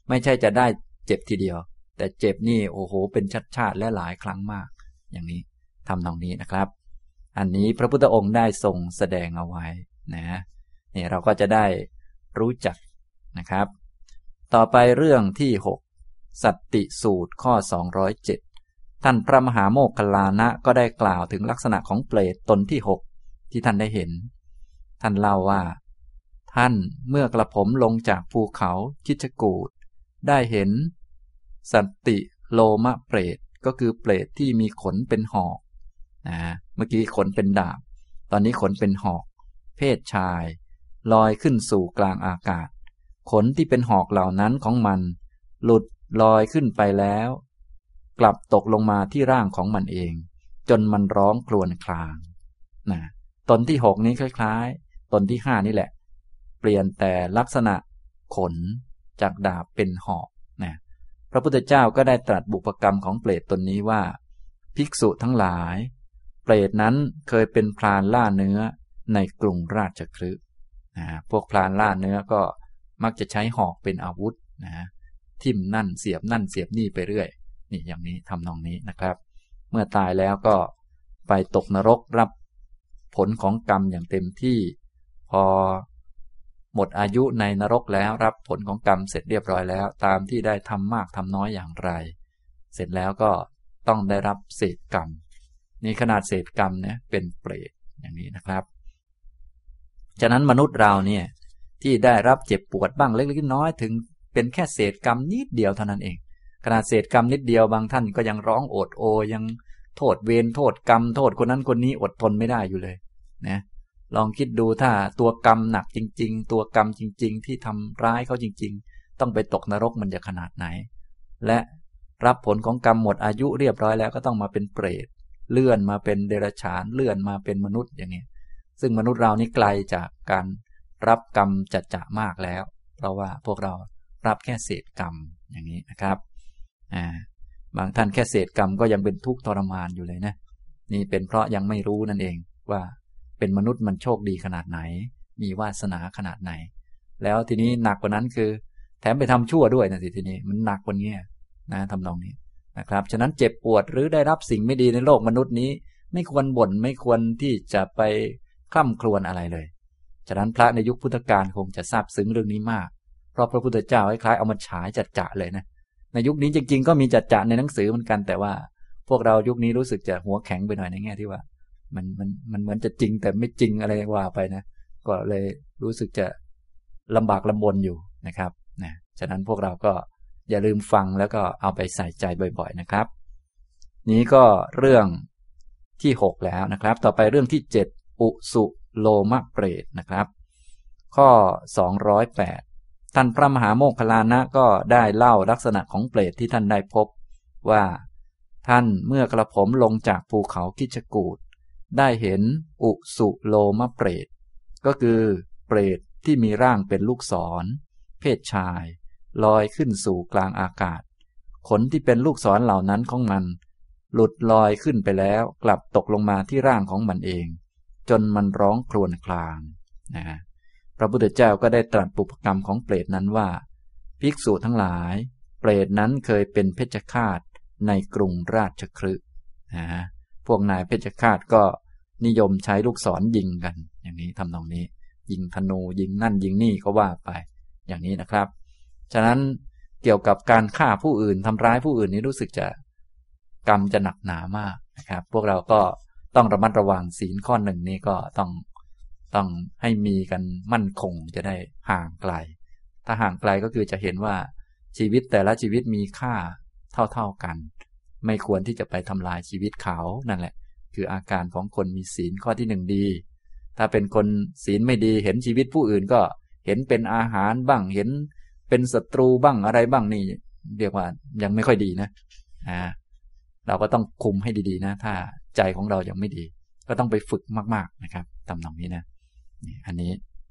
ไม่ใช่จะได้เจ็บทีเดียวแต่เจ็บนี่โอ้โหเป็นชาติและหลายครั้งมากอย่างนี้ทำตรงนี้นะครับอันนี้พระพุทธองค์ได้ทรงแสดงเอาไว้นะนี่เราก็จะได้รู้จักนะครับต่อไปเรื่องที่6สัตติสูตรข้อ207ท่านพระมหาโมคคัลลานะก็ได้กล่าวถึงลักษณะของเปรตตนที่6ที่ท่านได้เห็นท่านเล่าว่าท่านเมื่อกระผมลงจากภูเขาคิชกูฏได้เห็นสัตติโลมะเปรตก็คือเปรตที่มีขนเป็นหอกนะเมื่อกี้ขนเป็นดาบตอนนี้ขนเป็นหอกเพศชายลอยขึ้นสู่กลางอากาศขนที่เป็นหอกเหล่านั้นของมันหลุดลอยขึ้นไปแล้วกลับตกลงมาที่ร่างของมันเองจนมันร้องครวญครางนะตนที่6นี้คล้ายๆตนที่5นี่แหละเปลี่ยนแต่ลักษณะขนจากดาบเป็นหอกนะพระพุทธเจ้าก็ได้ตรัสบุพกรรมของเปรตตนนี้ว่าภิกษุทั้งหลายเปรตนั้นเคยเป็นพรานล่าเนื้อในกรุงราชคฤห์พวกพรานล่าเนื้อก็มักจะใช้หอกเป็นอาวุธทิ่มนั่นเสียบนั่นเสียบนี่ไปเรื่อยนี่อย่างนี้ทำนองนี้นะครับเมื่อตายแล้วก็ไปตกนรกรับผลของกรรมอย่างเต็มที่พอหมดอายุในนรกแล้วรับผลของกรรมเสร็จเรียบร้อยแล้วตามที่ได้ทำมากทำน้อยอย่างไรเสร็จแล้วก็ต้องได้รับเศษกรรมนี่ขนาดเศษกรรมเนี่ยเป็นเปรตอย่างนี้นะครับฉะนั้นมนุษย์เราเนี่ยที่ได้รับเจ็บปวดบ้างเล็กๆน้อยๆถึงเป็นแค่เศษกรรมนิดเดียวเท่านั้นเองขนาดเศษกรรมนิดเดียวบางท่านก็ยังร้องโอดโอยังโทษเวรโทษกรรมโทษคนนั้นคนนี้อดทนไม่ได้อยู่เลยนะลองคิดดูถ้าตัวกรรมหนักจริงๆตัวกรรมจริงๆที่ทำร้ายเขาจริงๆต้องไปตกนรกมันจะขนาดไหนและรับผลของกรรมหมดอายุเรียบร้อยแล้วก็ต้องมาเป็นเปรตเลื่อนมาเป็นเดรัจฉานเลื่อนมาเป็นมนุษย์อย่างนี้ซึ่งมนุษย์เรานี่ไกลจากการรับกรรมจะมากแล้วเพราะว่าพวกเรารับแค่เศษกรรมอย่างนี้นะครับบางท่านแค่เศษกรรมก็ยังเป็นทุกข์ทรมานอยู่เลยนะนี่เป็นเพราะยังไม่รู้นั่นเองว่าเป็นมนุษย์มันโชคดีขนาดไหนมีวาสนาขนาดไหนแล้วทีนี้หนักกว่านั้นคือแถมไปทำชั่วด้วยนะสิทีนี้มันหนักกว่านี้นะทำนองนี้นะครับฉะนั้นเจ็บปวดหรือได้รับสิ่งไม่ดีในโลกมนุษย์นี้ไม่ควรบ่นไม่ควรที่จะไปคร่ำครวญอะไรเลยฉะนั้นพระในยุคพุทธกาลคงจะซาบซึ้งเรื่องนี้มากเพราะพระพุทธเจ้าคล้ายๆเอามาฉายจัดๆเลยนะในยุคนี้จริงๆก็มีจัดๆในหนังสือเหมือนกันแต่ว่าพวกเรายุคนี้รู้สึกจะหัวแข็งไปหน่อยในแง่ที่ว่ามันเหมือนจะจริงแต่ไม่จริงอะไรว่าไปนะก็เลยรู้สึกจะลำบากลำบนอยู่นะครับนะฉะนั้นพวกเราก็อย่าลืมฟังแล้วก็เอาไปใส่ใจบ่อยๆนะครับนี้ก็เรื่องที่6แล้วนะครับต่อไปเรื่องที่7อุสุโลมะเปรตนะครับข้อ208ท่านพระมหาโมคคัลลานะก็ได้เล่าลักษณะของเปรตที่ท่านได้พบว่าท่านเมื่อกระผมลงจากภูเขาคิชกูฏได้เห็นอุสุโลมะเปรตก็คือเปรตที่มีร่างเป็นลูกศรเพศชายลอยขึ้นสู่กลางอากาศขนที่เป็นลูกศรเหล่านั้นของมันหลุดลอยขึ้นไปแล้วกลับตกลงมาที่ร่างของมันเองจนมันร้องครวญครางนะพระพุทธเจ้าก็ได้ตรัสปุพกรรมของเปรตนั้นว่าภิกษุทั้งหลายเปรตนั้นเคยเป็นเพชฌฆาตในกรุงราชคฤห์พวกนายเพชฌฆาตก็นิยมใช้ลูกศรยิงกันอย่างนี้ทำนองนี้ยิงธนูยิงนั่นยิงนี่ก็ว่าไปอย่างนี้นะครับฉะนั้นเกี่ยวกับการฆ่าผู้อื่นทำร้ายผู้อื่นนี้รู้สึกจะกรรมจะหนักหนามากนะครับพวกเราก็ต้องระมัดระวังศีลข้อหนึ่งนี้ก็ต้องให้มีกันมั่นคงจะได้ห่างไกลถ้าห่างไกลก็คือจะเห็นว่าชีวิตแต่ละชีวิตมีค่าเท่ากันไม่ควรที่จะไปทำลายชีวิตเขานั่นแหละคืออาการของคนมีศีลข้อที่1ดีถ้าเป็นคนศีลไม่ดีเห็นชีวิตผู้อื่นก็เห็นเป็นอาหารบ้างเห็นเป็นศัตรูบ้างอะไรบ้างนี่เรียกว่ายังไม่ค่อยดีนะเราก็ต้องคุมให้ดีๆนะถ้าใจของเรายังไม่ดีก็ต้องไปฝึกมากๆนะครับตามตรงนี้นะอันนี้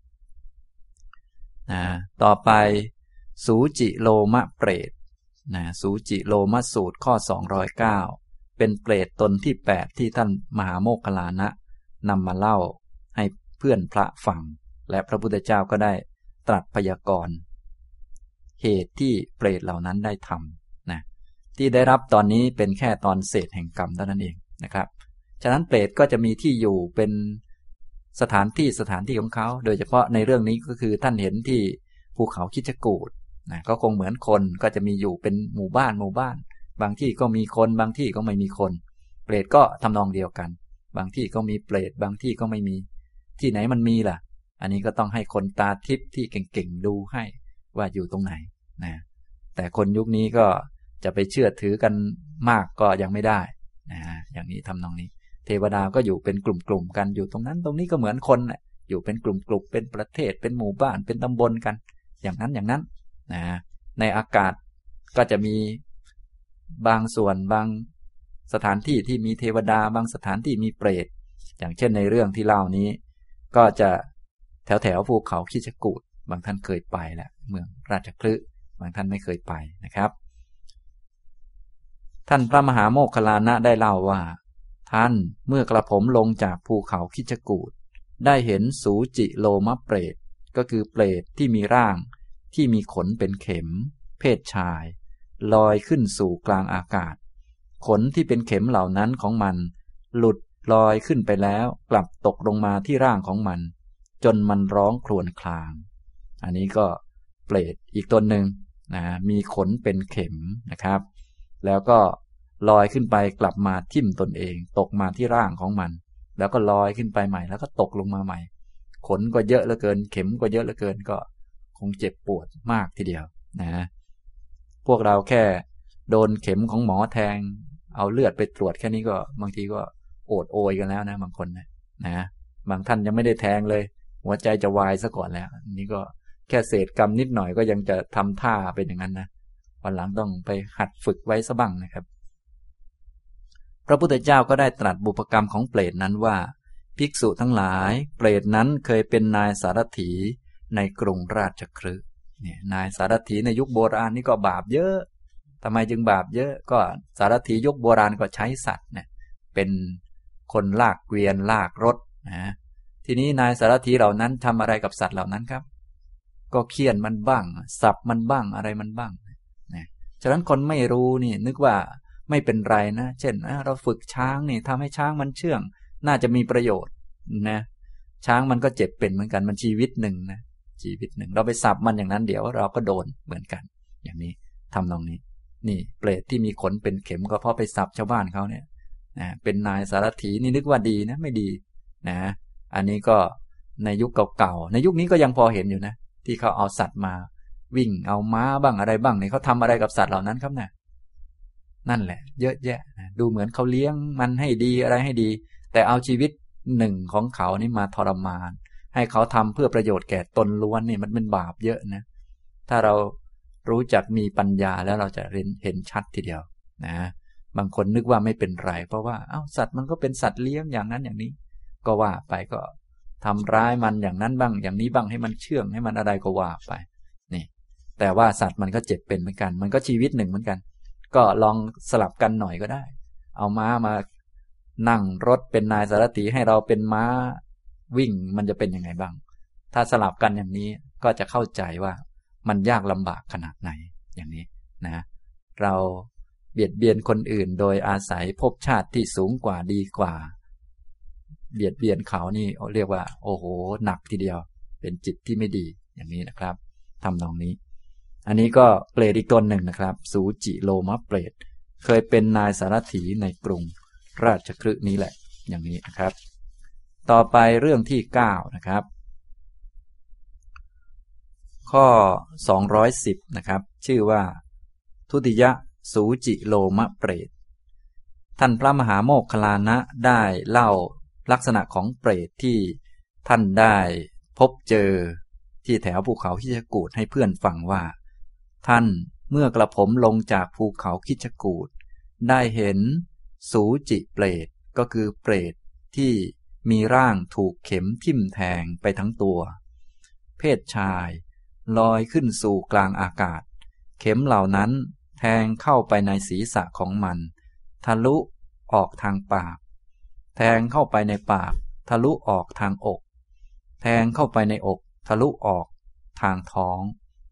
ต่อไปสูจิโลมะเปรตสูจิโลมะสูตรข้อ209เป็นเปรตตนที่8ที่ท่านมหาโมคคัลลานะนำมาเล่าให้เพื่อนพระฟังและพระพุทธเจ้าก็ได้ตรัสพยากรณ์เหตุที่เปรตเหล่านั้นได้ทำนะที่ได้รับตอนนี้เป็นแค่ตอนเศษแห่งกรรมเท่านั้นเองนะครับฉะนั้นเปรตก็จะมีที่อยู่เป็นสถานที่ของเขาโดยเฉพาะในเรื่องนี้ก็คือท่านเห็นที่ภูเขาคิชกูฏนะก็คงเหมือนคนก็จะมีอยู่เป็นหมู่บ้านบางที่ก็มีคนบางที่ก็ไม่มีคนเปรตก็ทำนองเดียวกันบางที่ก็มีเปรตบางที่ก็ไม่มีที่ไหนมันมีล่ะอันนี้ก็ต้องให้คนตาทิพย์ที่เก่งๆดูให้ว่าอยู่ตรงไหนนะแต่คนยุคนี้ก็จะไปเชื่อถือกันมากก็ยังไม่ได้นะอย่างนี้ทำนองนี้เทวดาก็อยู่เป็นกลุ่มๆกันอยู่ตรงนั้นตรงนี้ก็เหมือนคนแหละอยู่เป็นกลุ่มๆเป็นประเทศเป็นหมู่บ้านเป็นตำบลกันอย่างนั้นนะในอากาศก็จะมีบางส่วนบางสถานที่ที่มีเทวดาบางสถานที่มีเปรตอย่างเช่นในเรื่องที่เล่านี้ก็จะแถวภูเขาคิชกูฏบางท่านเคยไปแล้วเมืองราชคฤห์บางท่านไม่เคยไปนะครับท่านพระมหาโมคคัลลานะได้เล่าว่าท่านเมื่อกระผมลงจากภูเขาคิชกูฏได้เห็นสูจิโลมะเปรตก็คือเปรตที่มีร่างที่มีขนเป็นเข็มเพศชายลอยขึ้นสู่กลางอากาศขนที่เป็นเข็มเหล่านั้นของมันหลุดลอยขึ้นไปแล้วกลับตกลงมาที่ร่างของมันจนมันร้องครวญครางอันนี้ก็เปรตอีกตนหนึ่งนะมีขนเป็นเข็มนะครับแล้วก็ลอยขึ้นไปกลับมาทิ่มตนเองตกมาที่ร่างของมันแล้วก็ลอยขึ้นไปใหม่แล้วก็ตกลงมาใหม่ขนก็เยอะเหลือเกินเข็มก็เยอะเหลือเกินก็คงเจ็บปวดมากทีเดียวนะพวกเราแค่โดนเข็มของหมอแทงเอาเลือดไปตรวจแค่นี้ก็บางทีก็โอดโอยกันแล้วนะบางคนนะบางท่านยังไม่ได้แทงเลยหัวใจจะวายซะก่อนแล้วนี่ก็แค่เศษกรรมนิดหน่อยก็ยังจะทำท่าเป็นอย่างนั้นนะวันหลังต้องไปหัดฝึกไว้ซะบ้างนะครับพระพุทธเจ้าก็ได้ตรัสบุพกรรมของเปรตนั้นว่าภิกษุทั้งหลายเปรตนั้นเคยเป็นนายสารถีในกรุงราชคฤห์เนี่ยนายสารถีในยุคโบราณนี่ก็บาปเยอะทำไมจึงบาปเยอะก็สารถียุคโบราณก็ใช้สัตว์เนี่ยเป็นคนลากเกวียนลากรถนะทีนี้นายสารถีเหล่านั้นทำอะไรกับสัตว์เหล่านั้นครับก็เฆี่ยนมันบ้างสับมันบ้างอะไรมันบ้างนะฉะนั้นคนไม่รู้นี่นึกว่าไม่เป็นไรนะเช่นเราฝึกช้างนี่ทำให้ช้างมันเชื่องน่าจะมีประโยชน์นะช้างมันก็เจ็บเป็นเหมือนกันมันชีวิตหนึ่งนะชีวิตหนึ่งเราไปสับมันอย่างนั้นเดี๋ยวเราก็โดนเหมือนกันอย่างนี้ทำตรงนี้นี่เปรตที่มีขนเป็นเข็มก็เพราะไปสับชาวบ้านเขาเนี่ยนะเป็นนายสารถีนี่นึกว่าดีนะไม่ดีนะอันนี้ก็ในยุคเก่าๆในยุคนี้ก็ยังพอเห็นอยู่นะที่เขาเอาสัตว์มาวิ่งเอาม้าบ้างอะไรบ้างเนี่ยเขาทำอะไรกับสัตว์เหล่านั้นครับเนี่ยนั่นแหละเยอะแยะนะดูเหมือนเขาเลี้ยงมันให้ดีอะไรให้ดีแต่เอาชีวิตหนึ่งของเขานี่มาทรมานให้เขาทำเพื่อประโยชน์แก่ตนล้วนนี่มันเป็นบาปเยอะนะถ้าเรารู้จักมีปัญญาแล้วเราจะเห็นชัดทีเดียวนะบางคนนึกว่าไม่เป็นไรเพราะว่าสัตว์มันก็เป็นสัตว์เลี้ยงอย่างนั้นอย่างนี้ก็ว่าไปก็ทำร้ายมันอย่างนั้นบ้างอย่างนี้บ้างให้มันเชื่องให้มันอะไรก็ว่าไปนี่แต่ว่าสัตว์มันก็เจ็บเป็นเหมือนกันมันก็ชีวิตหนึ่งเหมือนกันก็ลองสลับกันหน่อยก็ได้เอาม้ามานั่งรถเป็นนายสารถีให้เราเป็นม้าวิ่งมันจะเป็นยังไงบ้างถ้าสลับกันอย่างนี้ก็จะเข้าใจว่ามันยากลำบากขนาดไหนอย่างนี้นะเราเบียดเบียนคนอื่นโดยอาศัยภพชาติที่สูงกว่าดีกว่าเบียดเบียนเขานี่เรียกว่าโอ้โหหนักทีเดียวเป็นจิตที่ไม่ดีอย่างนี้นะครับทำนองนี้อันนี้ก็เปรตอีกตนหนึ่งนะครับสูจิโลมะเปรตเคยเป็นนายสารถีในกรุงราชคฤห์นี้แหละอย่างนี้นะครับต่อไปเรื่องที่9นะครับข้อ210นะครับชื่อว่าทุติยสูจิโลมะเปรตท่านพระมหาโมคคัลลานะได้เล่าลักษณะของเปรตที่ท่านได้พบเจอที่แถวภูเขาคิชกูฏให้เพื่อนฟังว่าท่านเมื่อกระผมลงจากภูเขาคิชกูฏได้เห็นสูจิเปรตก็คือเปรตที่มีร่างถูกเข็มทิ่มแทงไปทั้งตัวเพศชายลอยขึ้นสู่กลางอากาศเข็มเหล่านั้นแทงเข้าไปในศีรษะของมันทะลุออกทางปากแทงเข้าไปในปากทะลุออกทางอกแทงเข้าไปในอกทะลุออกทางท้อง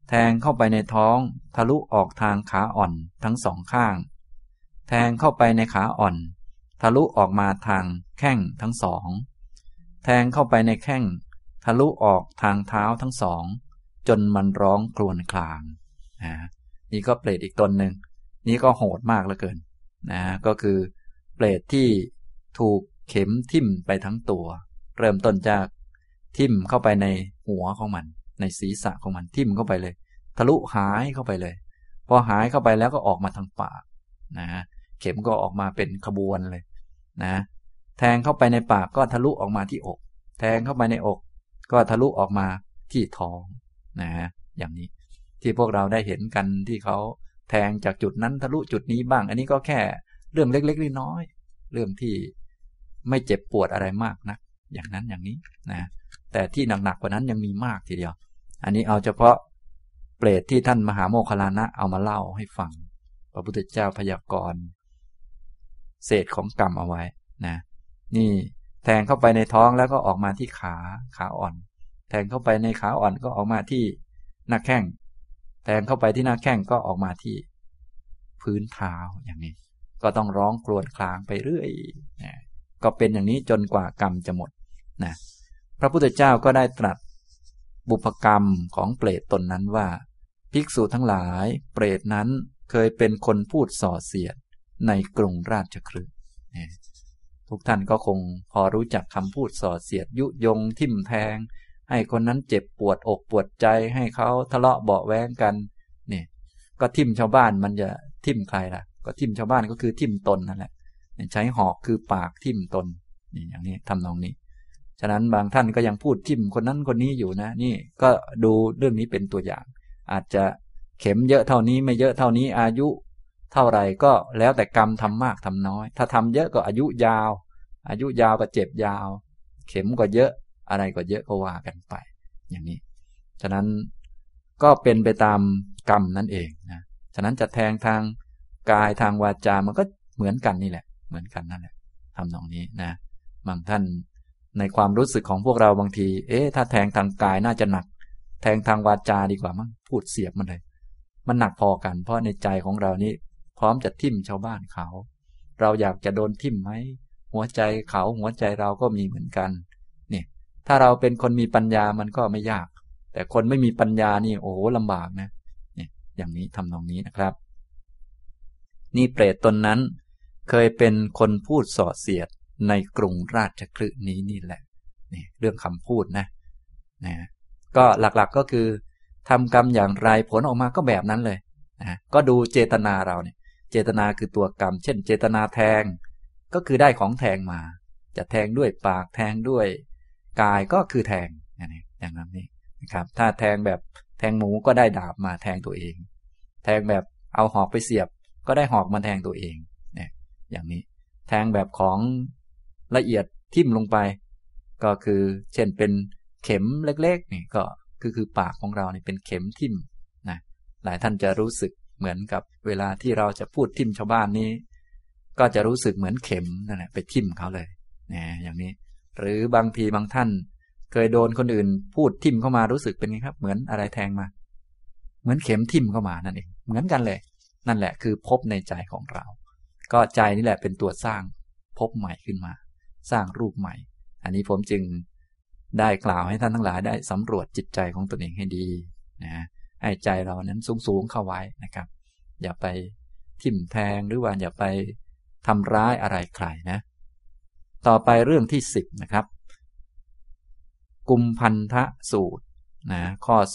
แทงเข้าไปในท้องทะลุออกทางขาอ่อนทั้งสองข้างแทงเข้าไปในขาอ่อนทะลุออกมาทางแข้งทั้งสองแทงเข้าไปในแข้งทะลุออกทางเท้าทั้งสองจนมันร้องครวญครางนี่ก็เปรตอีกตนหนึ่งนี่ก็โหดมากเหลือเกินก็คือเปรตที่ถูกเข็มทิ่มไปทั้งตัวเริ่มต้นจากทิ่มเข้าไปในหัวของมันในศีรษะของมันทิ่มเข้าไปเลยทะลุหายเข้าไปเลยพอหายเข้าไปแล้วก็ออกมาทางปากเข็มก็ออกมาเป็นขบวนเลยแทงเข้าไปในปากก็ทะลุออกมาที่อกแทงเข้าไปในอกก็ทะลุออกมาที่ท้องอย่างนี้ที่พวกเราได้เห็นกันที่เขาแทงจากจุดนั้นทะลุจุดนี้บ้างอันนี้ก็แค่เรื่องเล็กๆน้อยๆเรื่องที่ไม่เจ็บปวดอะไรมากนะอย่างนั้นอย่างนี้แต่ที่หนักๆกว่านั้นยังมีมากทีเดียวอันนี้เอาเฉพาะเปรตที่ท่านมหาโมคคัลลานะเอามาเล่าให้ฟังพระพุทธเจ้าพยากรณ์เศษของกรรมเอาไว้นี่แทงเข้าไปในท้องแล้วก็ออกมาที่ขาอ่อนแทงเข้าไปในขาอ่อนก็ออกมาที่หน้าแข้งแทงเข้าไปที่หน้าแข้งก็ออกมาที่พื้นเท้าอย่างนี้ก็ต้องร้องครวญครางไปเรื่อยก็เป็นอย่างนี้จนกว่ากรรมจะหมดพระพุทธเจ้าก็ได้ตรัสบุพกรรมของเปรตตนนั้นว่าภิกษุทั้งหลายเปรตนั้นเคยเป็นคนพูดส่อเสียดในกรุงราชคฤห์ทุกท่านก็คงพอรู้จักคำพูดส่อเสียดยุยงทิ่มแทงให้คนนั้นเจ็บปวดอกปวดใจให้เขาทะเลาะเบาะแว้งกันนี่ก็ทิ่มชาวบ้านมันจะทิ่มใครล่ะก็ทิ่มชาวบ้านก็คือทิ่มตนนั่นแหละใช้หอกคือปากทิ่มตนนี่อย่างนี้ทำนองนี้ฉะนั้นบางท่านก็ยังพูดทิ่มคนนั้นคนนี้อยู่นะนี่ก็ดูเรื่องนี้เป็นตัวอย่างอาจจะเข็มเยอะเท่านี้ไม่เยอะเท่านี้อายุเท่าไหร่ก็แล้วแต่กรรมทำมากทำน้อยถ้าทำเยอะก็อายุยาวก็เจ็บยาวเข็มก็เยอะอะไรก็เยอะก็ว่ากันไปอย่างนี้ฉะนั้นก็เป็นไปตามกรรมนั่นเองนะฉะนั้นจะแทงทางกายทางวาจามันก็เหมือนกันนี่แหละเหมือนกันนั่นแหละทำตรงนี้นะบางท่านในความรู้สึกของพวกเราบางทีถ้าแทงทางกายน่าจะหนักแทงทางวาจาดีกว่ามั้งพูดเสียบมันเลยมันหนักพอกันเพราะในใจของเรานี้พร้อมจะทิ่มชาวบ้านเขาเราอยากจะโดนทิ่มไหมหัวใจเขาหัวใจเราก็มีเหมือนกันนี่ถ้าเราเป็นคนมีปัญญามันก็ไม่ยากแต่คนไม่มีปัญญานี่โอ้โหลำบากนะนี่อย่างนี้ทำตรงนี้นะครับนี่เปรตตนนั้นเคยเป็นคนพูดส่อเสียดในกรุงราชคฤห์นี้นี่แหละนี่เรื่องคำพูดนะก็หลักๆก็คือทำกรรมอย่างไรผลออกมาก็แบบนั้นเลยก็ดูเจตนาเราเนี่ยเจตนาคือตัวกรรมเช่นเจตนาแทงก็คือได้ของแทงมาจะแทงด้วยปากแทงด้วยกายก็คือแทงอย่างนั้นนี่นะครับถ้าแทงแบบแทงหมูก็ได้ดาบมาแทงตัวเองแทงแบบเอาหอกไปเสียบก็ได้หอกมาแทงตัวเองเนี่ยอย่างนี้แทงแบบของละเอียดทิ่มลงไปก็คือเช่นเป็นเข็มเล็กๆนี่ก็คือปากของเราเนี่ยเป็นเข็มทิ่มนะหลายท่านจะรู้สึกเหมือนกับเวลาที่เราจะพูดทิ่มชาวบ้านนี้ก็จะรู้สึกเหมือนเข็มนั่นแหละไปทิ่มเขาเลยอย่างนี้หรือบางทีบางท่านเคยโดนคนอื่นพูดทิ่มเข้ามารู้สึกเป็นไงครับเหมือนอะไรแทงมาเหมือนเข็มทิ่มเข้ามานั่นเองเหมือนกันเลยนั่นแหละคือภพในใจของเราก็ใจนี่แหละเป็นตัวสร้างภพใหม่ขึ้นมาสร้างรูปใหม่อันนี้ผมจึงได้กล่าวให้ท่านทั้งหลายได้สำรวจจิตใจของตนเองให้ดีนะให้ใจเรานั้นสูงเข้าไว้นะครับอย่าไปทิ่มแทงหรือว่าอย่าไปทำร้ายอะไรใครนะต่อไปเรื่องที่10นะครับกุมพันธสูตรนะข้อ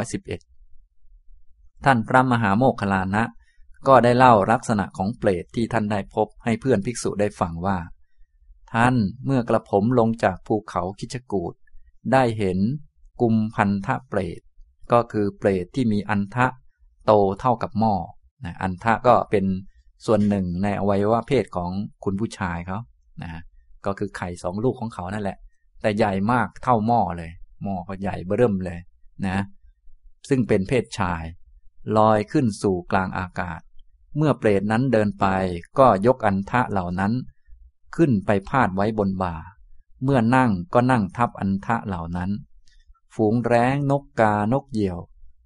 211ท่านพระมหาโมคคัลลานะก็ได้เล่าลักษณะของเปรตที่ท่านได้พบให้เพื่อนภิกษุได้ฟังว่าท่านเมื่อกระผมลงจากภูเขาคิชกูฏได้เห็นกุมพันธเปรตก็คือเปรตที่มีอันทะโตเท่ากับหม้อนะอันทะก็เป็นส่วนหนึ่งในอวัยวะเพศของคุณผู้ชายเขานะก็คือไข่2 ลูกของเขานั่นแหละแต่ใหญ่มากเท่าหม้อเลยหม้อก็ใหญ่เบ้อเริ่มเลยนะซึ่งเป็นเพศชายลอยขึ้นสู่กลางอากาศเมื่อเปรตนั้นเดินไปก็ยกอันทะเหล่านั้นขึ้นไปพาดไว้บนบ่าเมื่อนั่งก็นั่งทับอันทะเหล่านั้นฝูงแร้งนกกานกเหยี่ยว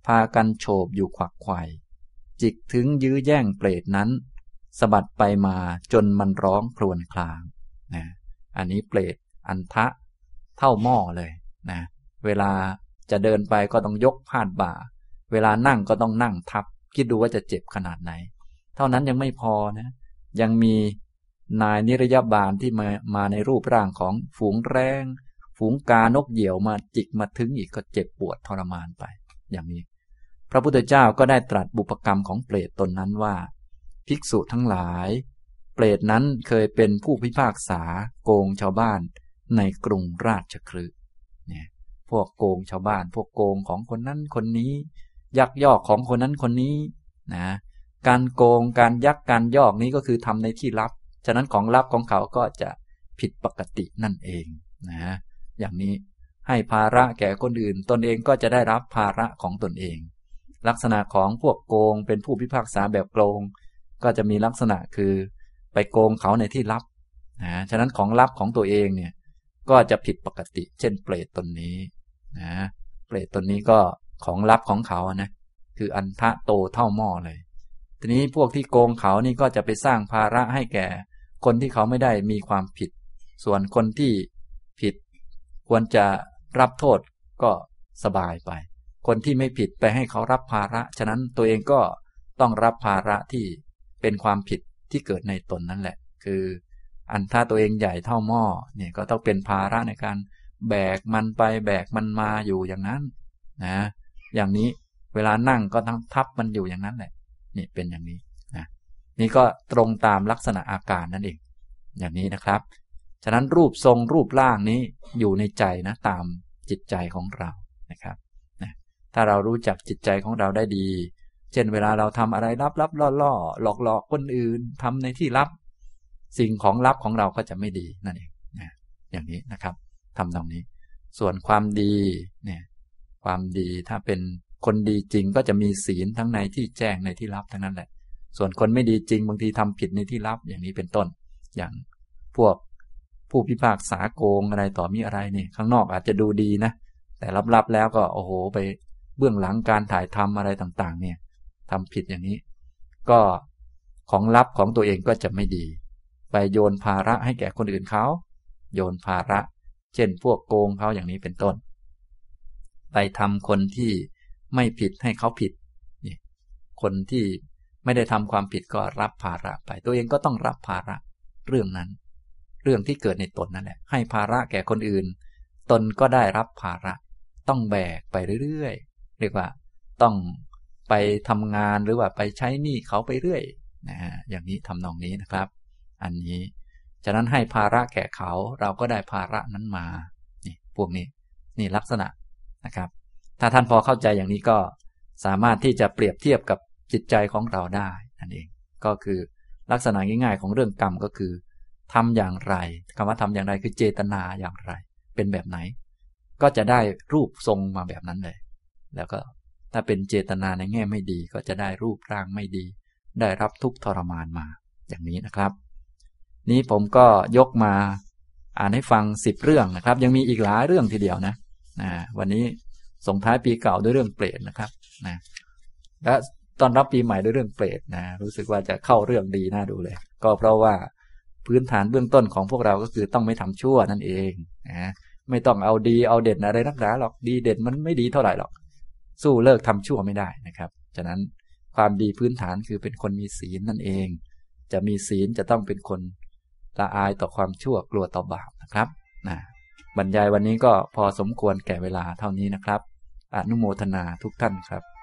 พากันโฉบอยู่ขวักไขว่จิกถึงยื้อแย่งเปรตนั้นสะบัดไปมาจนมันร้องครวญครางนะอันนี้เปรตอันทะเท่าหม้อเลยนะเวลาจะเดินไปก็ต้องยกพาดบ่าเวลานั่งก็ต้องนั่งทับคิดดูว่าจะเจ็บขนาดไหนเท่านั้นยังไม่พอนะยังมีนายนิรยาบาลที่มาในรูปร่างของฝูงแร้งฝูงกานกเหยี่ยวมาจิกมาถึงอีกก็เจ็บปวดทรมานไปอย่างนี้พระพุทธเจ้าก็ได้ตรัสบุพกรรมของเปรตตนนั้นว่าภิกษุทั้งหลายเปรตนั้นเคยเป็นผู้พิพากษาโกงชาวบ้านในกรุงราชคฤห์เนี่ยพวกโกงชาวบ้านพวกโกงของคนนั้นคนนี้ยักยอกของคนนั้นคนนี้นะการโกงการยักการยอกนี้ก็คือทำในที่ลับฉะนั้นของลับของเขาก็จะผิดปกตินั่นเองนะอย่างนี้ให้ภาระแก่คนอื่นตนเองก็จะได้รับภาระของตนเองลักษณะของพวกโกงเป็นผู้พิพากษาแบบโกงก็จะมีลักษณะคือไปโกงเขาในที่ลับนะฉะนั้นของลับของตัวเองเนี่ยก็จะผิดปกติเช่นเปรตตนนี้นะเปรตตนนี้ก็ของลับของเขานะคืออันทะโตเท่าหม้อเลยทีนี้พวกที่โกงเขานี่ก็จะไปสร้างภาระให้แก่คนที่เขาไม่ได้มีความผิดส่วนคนที่ผิดควรจะรับโทษก็สบายไปคนที่ไม่ผิดไปให้เขารับภาระฉะนั้นตัวเองก็ต้องรับภาระที่เป็นความผิดที่เกิดในตนนั่นแหละคืออันถ้าตัวเองใหญ่เท่าหม้อเนี่ยก็ต้องเป็นภาระในการแบกมันไปแบกมันมาอยู่อย่างนั้นนะอย่างนี้เวลานั่งก็ต้องทับมันอยู่อย่างนั้นแหละนี่เป็นอย่างนี้นะนี่ก็ตรงตามลักษณะอาการนั่นเองอย่างนี้นะครับฉะนั้นรูปทรงรูปร่างนี้อยู่ในใจนะตามจิตใจของเรานะครับนะถ้าเรารู้จักจิตใจของเราได้ดีเช่นเวลาเราทำอะไรลับๆล่อๆหลอกๆคนอื่นทำในที่ลับสิ่งของลับของเราก็จะไม่ดีนั่นเองนะอย่างนี้นะครับทำตรงนี้ส่วนความดีเนี่ยความดีถ้าเป็นคนดีจริงก็จะมีศีลทั้งในที่แจ้งในที่ลับทั้งนั้นแหละส่วนคนไม่ดีจริงบางทีทำผิดในที่ลับอย่างนี้เป็นต้นอย่างพวกผู้พิพากษาโกงอะไรต่อมีอะไรนี่ข้างนอกอาจจะดูดีนะแต่ลับๆแล้วก็โอ้โหไปเบื้องหลังการถ่ายทำอะไรต่างๆเนี่ยทำผิดอย่างนี้ก็ของลับของตัวเองก็จะไม่ดีไปโยนภาระให้แก่คนอื่นเขาโยนภาระเช่นพวกโกงเขาอย่างนี้เป็นต้นไปทำคนที่ไม่ผิดให้เขาผิดนี่คนที่ไม่ได้ทำความผิดก็รับภาระไปตัวเองก็ต้องรับภาระเรื่องนั้นเรื่องที่เกิดในตนนั่นแหละให้ภาระแก่คนอื่นตนก็ได้รับภาระต้องแบกไปเรื่อยๆเรียกว่าต้องไปทำงานหรือว่าไปใช้หนี้เขาไปเรื่อยนะอย่างนี้ทำนองนี้นะครับอันนี้ฉะนั้นให้ภาระแก่เขาเราก็ได้ภาระนั้นมานี่พวกนี้นี่ลักษณะนะครับถ้าท่านพอเข้าใจอย่างนี้ก็สามารถที่จะเปรียบเทียบกับจิตใจของเราได้นั่นเองก็คือลักษณะง่ายๆของเรื่องกรรมก็คือทำอย่างไรคำว่าทำอย่างไรคือเจตนาอย่างไรเป็นแบบไหนก็จะได้รูปทรงมาแบบนั้นเลยแล้วก็ถ้าเป็นเจตนาในแง่ไม่ดีก็จะได้รูปร่างไม่ดีได้รับทุกข์ทรมานมาอย่างนี้นะครับนี้ผมก็ยกมาอ่านให้ฟัง10 เรื่องนะครับยังมีอีกหลายเรื่องทีเดียวนะวันนี้ส่งท้ายปีเก่าด้วยเรื่องเปรตนะครับนะและตอนรับปีใหม่ด้วยเรื่องเปรตนะรู้สึกว่าจะเข้าเรื่องดีน่าดูเลยก็เพราะว่าพื้นฐานเบื้องต้นของพวกเราก็คือต้องไม่ทำชั่วนั่นเองนะไม่ต้องเอาดีเอาเด่นอะไรนักหนาหรอกดีเด่นมันไม่ดีเท่าไหร่หรอกสู้เลิกทำชั่วไม่ได้นะครับฉะนั้นความดีพื้นฐานคือเป็นคนมีศีลนั่นเองจะมีศีลจะต้องเป็นคนละอายต่อความชั่วกลัวต่อบาปนะครับบรรยายวันนี้ก็พอสมควรแก่เวลาเท่านี้นะครับอนุโมทนาทุกท่านครับ